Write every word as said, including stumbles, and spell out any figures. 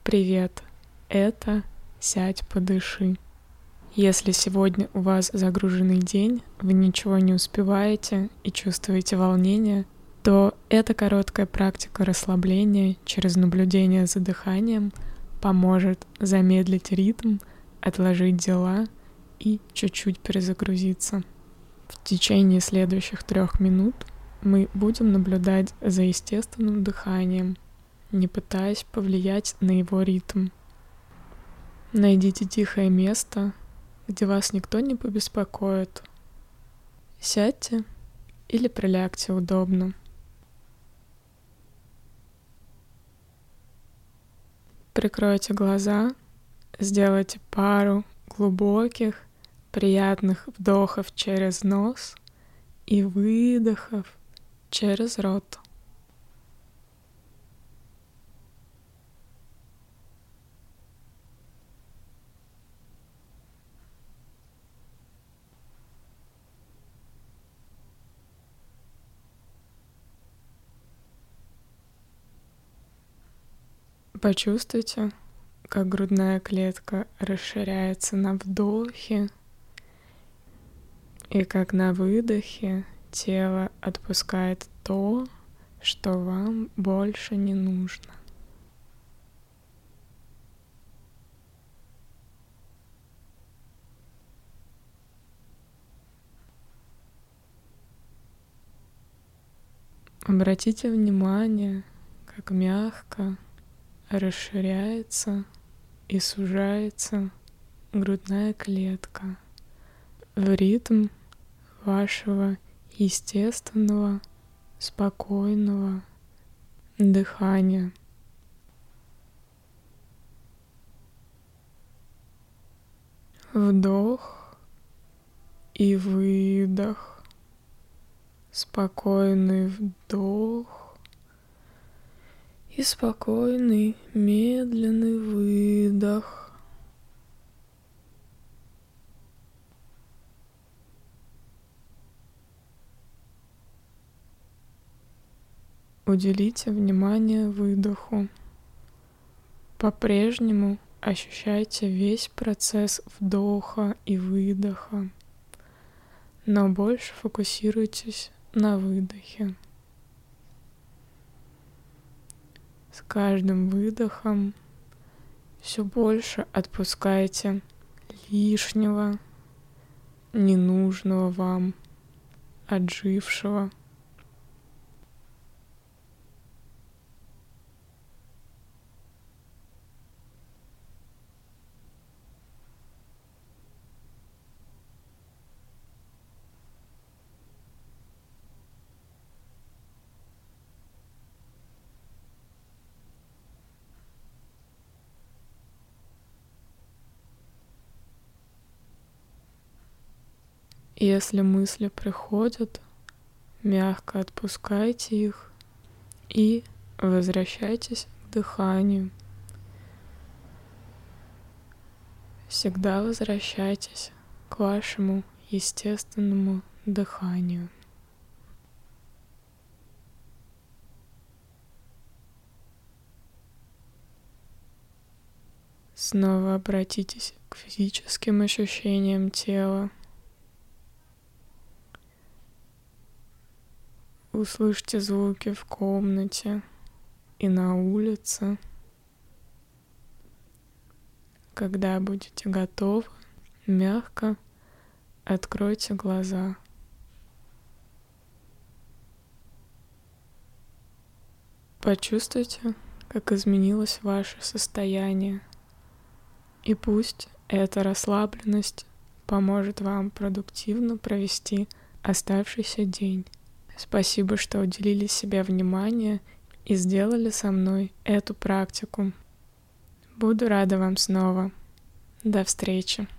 Привет, это «Сядь, подыши». Если сегодня у вас загруженный день, вы ничего не успеваете и чувствуете волнение, то эта короткая практика расслабления через наблюдение за дыханием поможет замедлить ритм, отложить дела и чуть-чуть перезагрузиться. В течение следующих трех минут мы будем наблюдать за естественным дыханием, не пытаясь повлиять на его ритм. Найдите тихое место, где вас никто не побеспокоит. Сядьте или прилягте удобно. Прикройте глаза, сделайте пару глубоких, приятных вдохов через нос и выдохов через рот. Почувствуйте, как грудная клетка расширяется на вдохе, и как на выдохе тело отпускает то, что вам больше не нужно. Обратите внимание, как мягко расширяется и сужается грудная клетка в ритм вашего естественного, спокойного дыхания. Вдох и выдох, спокойный вдох и спокойный, медленный выдох. Уделите внимание выдоху. По-прежнему ощущайте весь процесс вдоха и выдоха, но больше фокусируйтесь на выдохе. С каждым выдохом все больше отпускайте лишнего, ненужного вам, отжившего. Если мысли приходят, мягко отпускайте их и возвращайтесь к дыханию. Всегда возвращайтесь к вашему естественному дыханию. Снова обратитесь к физическим ощущениям тела. Услышьте звуки в комнате и на улице. Когда будете готовы, мягко откройте глаза. Почувствуйте, как изменилось ваше состояние. И пусть эта расслабленность поможет вам продуктивно провести оставшийся день. Спасибо, что уделили себе внимание и сделали со мной эту практику. Буду рада вам снова. До встречи.